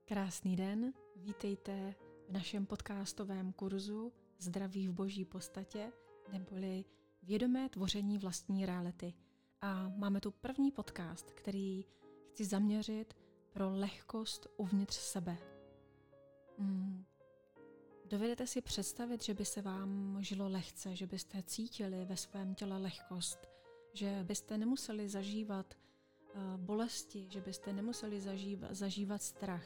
Krásný den, vítejte v našem podcastovém kurzu Zdraví v boží podstatě, neboli vědomé tvoření vlastní reality. A máme tu první podcast, který chci zaměřit pro lehkost uvnitř sebe. Dovedete si představit, že by se vám žilo lehce, že byste cítili ve svém těle lehkost, že byste nemuseli zažívat bolesti, že byste nemuseli zažívat strach,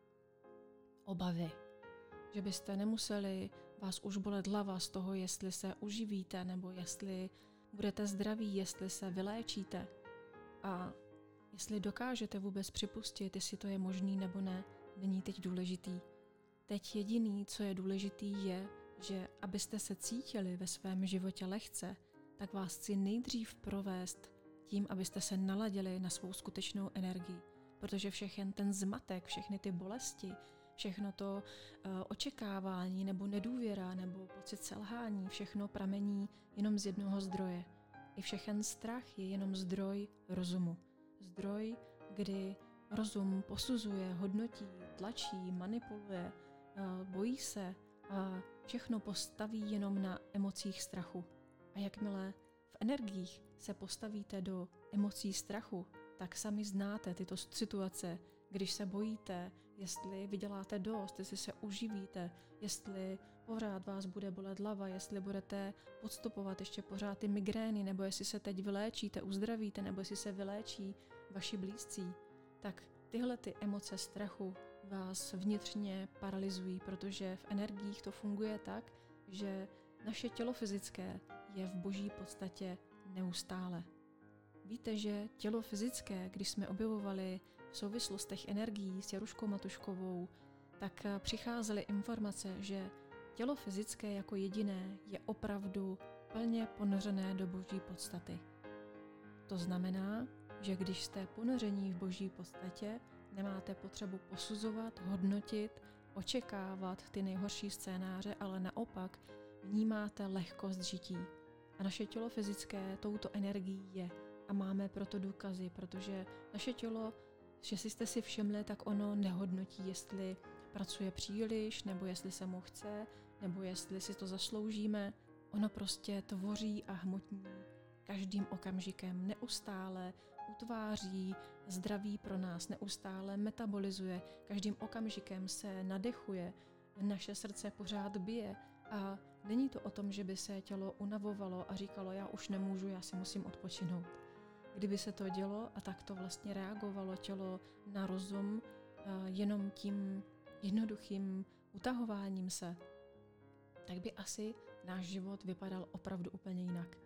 obavy, že byste nemuseli vás už bolet hlava z toho, jestli se uživíte nebo jestli budete zdraví, jestli se vyléčíte a jestli dokážete vůbec připustit, jestli to je možný nebo ne, není teď důležitý. Teď jediný, co je důležitý, je, že abyste se cítili ve svém životě lehce, tak vás chci nejdřív provést tím, abyste se naladili na svou skutečnou energii. Protože všechen ten zmatek, všechny ty bolesti, všechno to očekávání nebo nedůvěra nebo pocit selhání, všechno pramení jenom z jednoho zdroje. I všechen strach je jenom zdroj rozumu. Zdroj, kdy rozum posuzuje, hodnotí, tlačí, manipuluje, bojí se a všechno postaví jenom na emocích strachu. A jakmile v energiích se postavíte do emocí strachu, tak sami znáte tyto situace, když se bojíte, jestli vyděláte dost, jestli se uživíte, jestli pořád vás bude bolet hlava, jestli budete podstupovat ještě pořád ty migrény, nebo jestli se teď vyléčíte, uzdravíte, nebo jestli se vyléčí vaši blízcí, tak tyhle ty emoce strachu vás vnitřně paralyzují, protože v energiích to funguje tak, že naše tělo fyzické je v boží podstatě neustále. Víte, že tělo fyzické, když jsme objevovali v souvislostech energií s Jaruškou Matuškovou, tak přicházely informace, že tělo fyzické jako jediné je opravdu plně ponořené do boží podstaty. To znamená, že když jste ponoření v boží podstatě, nemáte potřebu posuzovat, hodnotit, očekávat ty nejhorší scénáře, ale naopak vnímáte lehkost žití. A naše tělo fyzické touto energií je. A máme proto důkazy, protože naše tělo, že jste si všimli, tak ono nehodnotí, jestli pracuje příliš, nebo jestli se mu chce, nebo jestli si to zasloužíme. Ono prostě tvoří a hmotní každým okamžikem, neustále utváří zdraví pro nás, neustále metabolizuje, každým okamžikem se nadechuje, naše srdce pořád bije a není to o tom, že by se tělo unavovalo a říkalo, já už nemůžu, já si musím odpočinout. Kdyby se to dělo a tak to vlastně reagovalo tělo na rozum jenom tím jednoduchým utahováním se, tak by asi náš život vypadal opravdu úplně jinak.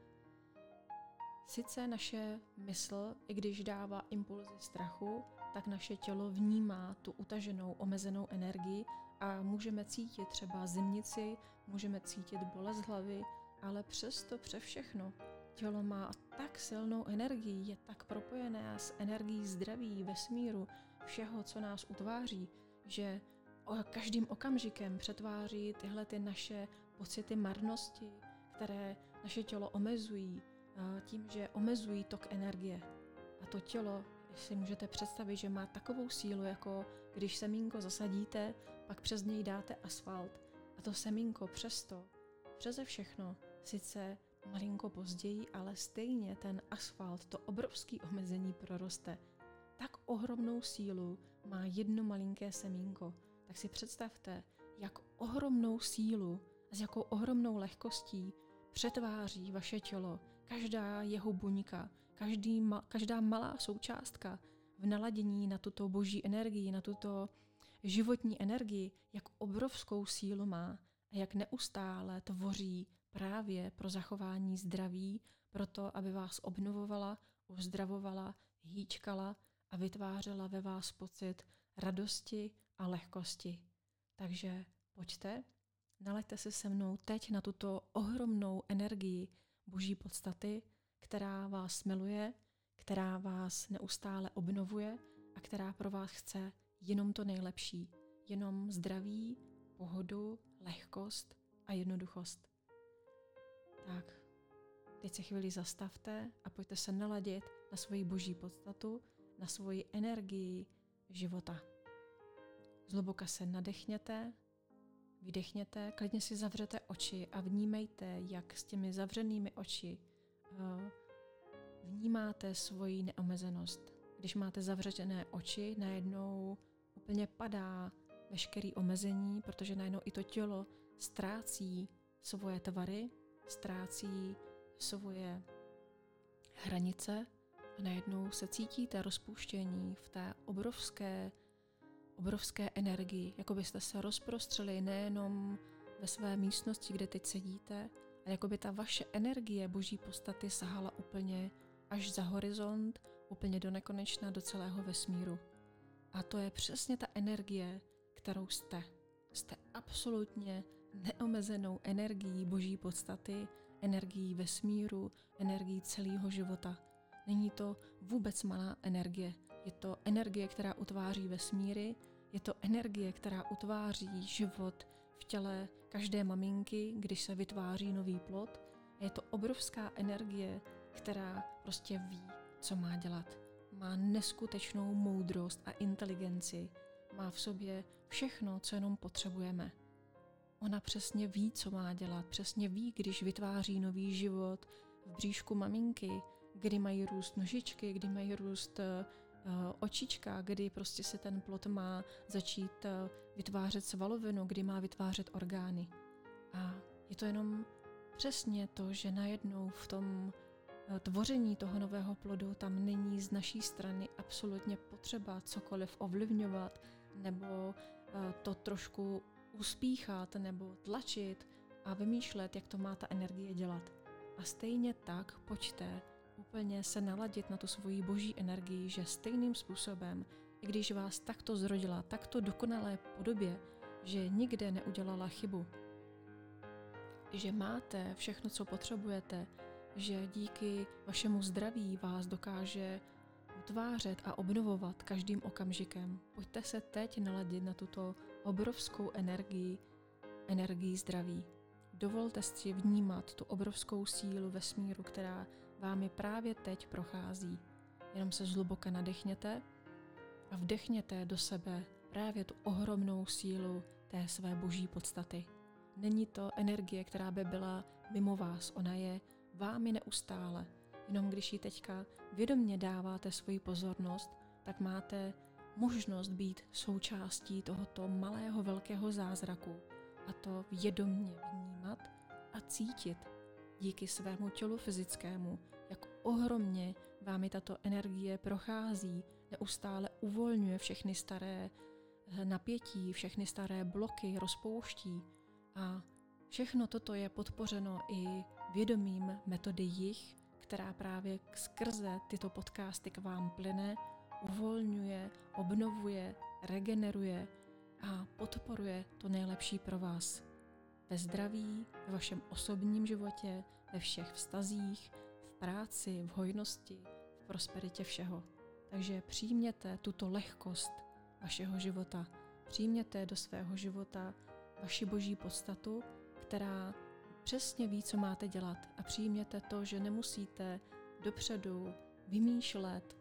Sice naše mysl, i když dává impulzy strachu, tak naše tělo vnímá tu utaženou, omezenou energii a můžeme cítit třeba zimnici, můžeme cítit bolest hlavy, ale přesto pře všechno tělo má tak silnou energii, je tak propojené s energií zdraví, vesmíru, všeho, co nás utváří, že každým okamžikem přetváří tyhle ty naše pocity marnosti, které naše tělo omezují, tím, že omezují tok energie. A to tělo, si můžete představit, že má takovou sílu, jako když semínko zasadíte, pak přes něj dáte asfalt. A to semínko přeze všechno, sice malinko později, ale stejně ten asfalt, to obrovské omezení proroste. Tak ohromnou sílu má jedno malinké semínko. Tak si představte, jak ohromnou sílu a s jakou ohromnou lehkostí přetváří vaše tělo, každá jeho buňka, každá malá součástka v naladění na tuto boží energii, na tuto životní energii, jak obrovskou sílu má a jak neustále tvoří právě pro zachování zdraví, proto, aby vás obnovovala, uzdravovala, hýčkala a vytvářela ve vás pocit radosti a lehkosti. Takže pojďte, nalaďte se se mnou teď na tuto ohromnou energii boží podstaty, která vás miluje, která vás neustále obnovuje a která pro vás chce jenom to nejlepší, jenom zdraví, pohodu, lehkost a jednoduchost. Tak, teď se chvíli zastavte a pojďte se naladit na svoji boží podstatu, na svoji energii života. Zhluboka se nadechněte, vydechněte, klidně si zavřete oči a vnímejte, jak s těmi zavřenými oči vnímáte svoji neomezenost. Když máte zavřené oči, najednou úplně padá veškerý omezení, protože najednou i to tělo ztrácí svoje tvary, ztrácí svoje hranice a najednou se cítíte rozpuštění v té obrovské energii, jako byste se rozprostřeli nejenom ve své místnosti, kde teď sedíte, ale jako by ta vaše energie boží podstaty sahala úplně až za horizont, úplně do nekonečna, do celého vesmíru. A to je přesně ta energie, kterou jste. Jste absolutně neomezenou energií boží podstaty, energií vesmíru, energií celého života. Není to vůbec malá energie. Je to energie, která utváří vesmíry, je to energie, která utváří život v těle každé maminky, když se vytváří nový plod. A je to obrovská energie, která prostě ví, co má dělat. Má neskutečnou moudrost a inteligenci. Má v sobě všechno, co jenom potřebujeme. Ona přesně ví, co má dělat. Přesně ví, když vytváří nový život v bříšku maminky, kdy mají růst nožičky, kdy mají růst očička, kdy prostě se ten plod má začít vytvářet svalovinu, kdy má vytvářet orgány. A je to jenom přesně to, že najednou v tom tvoření toho nového plodu tam není z naší strany absolutně potřeba cokoliv ovlivňovat nebo to trošku uspíchat nebo tlačit a vymýšlet, jak to má ta energie dělat. A stejně tak pojďte úplně se naladit na tu svoji boží energii, že stejným způsobem, i když vás takto zrodila, takto dokonalé podobě, že nikde neudělala chybu, že máte všechno, co potřebujete, že díky vašemu zdraví vás dokáže utvářet a obnovovat každým okamžikem. Pojďte se teď naladit na tuto obrovskou energii zdraví. Dovolte si vnímat tu obrovskou sílu vesmíru, která vámi právě teď prochází. Jenom se zhluboka nadechněte a vdechněte do sebe právě tu ohromnou sílu té své boží podstaty. Není to energie, která by byla mimo vás, ona je vámi neustále. Jenom když ji teďka vědomě dáváte svoji pozornost, tak máte možnost být součástí tohoto malého velkého zázraku a to vědomě vnímat a cítit díky svému tělu fyzickému, jak ohromně vámi tato energie prochází, neustále uvolňuje všechny staré napětí, všechny staré bloky, rozpouští a všechno toto je podpořeno i vědomím metody JIH, která právě skrze tyto podcasty k vám plyne, uvolňuje, obnovuje, regeneruje a podporuje to nejlepší pro vás. Ve zdraví, ve vašem osobním životě, ve všech vztazích, v práci, v hojnosti, v prosperitě všeho. Takže přijměte tuto lehkost vašeho života. Přijměte do svého života vaši boží podstatu, která přesně ví, co máte dělat a přijměte to, že nemusíte dopředu vymýšlet,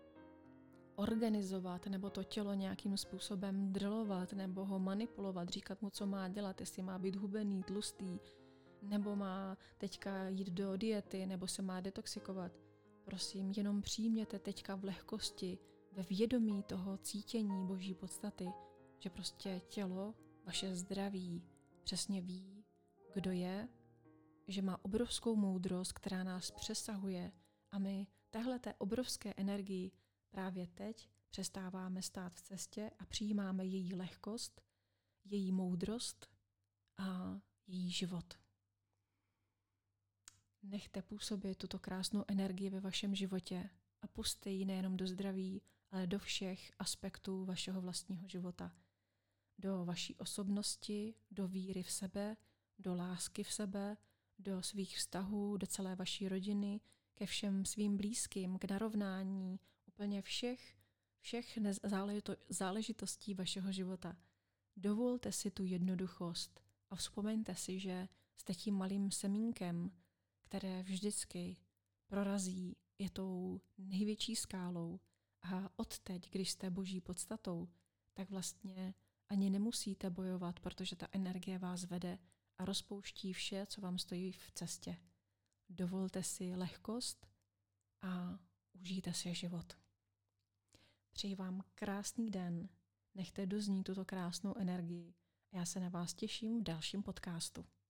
organizovat nebo to tělo nějakým způsobem drillovat nebo ho manipulovat, říkat mu, co má dělat, jestli má být hubený, tlustý, nebo má teďka jít do diety, nebo se má detoxikovat. Prosím, jenom přijměte teďka v lehkosti, ve vědomí toho cítění boží podstaty, že prostě tělo, vaše zdraví přesně ví, kdo je, že má obrovskou moudrost, která nás přesahuje a my téhleté obrovské energii právě teď přestáváme stát v cestě a přijímáme její lehkost, její moudrost a její život. Nechte působit tuto krásnou energii ve vašem životě a pusťte ji nejenom do zdraví, ale do všech aspektů vašeho vlastního života. Do vaší osobnosti, do víry v sebe, do lásky v sebe, do svých vztahů, do celé vaší rodiny, ke všem svým blízkým, k narovnání úplně všech záležitostí vašeho života. Dovolte si tu jednoduchost a vzpomeňte si, že jste tím malým semínkem, které vždycky prorazí je tou největší skálou a odteď, když jste boží podstatou, tak vlastně Ani nemusíte bojovat, protože ta energie vás vede a rozpouští vše, co vám stojí v cestě. Dovolte si lehkost a užijte si život. Přeji vám krásný den, nechte doznít tuto krásnou energii. Já se na vás těším v dalším podcastu.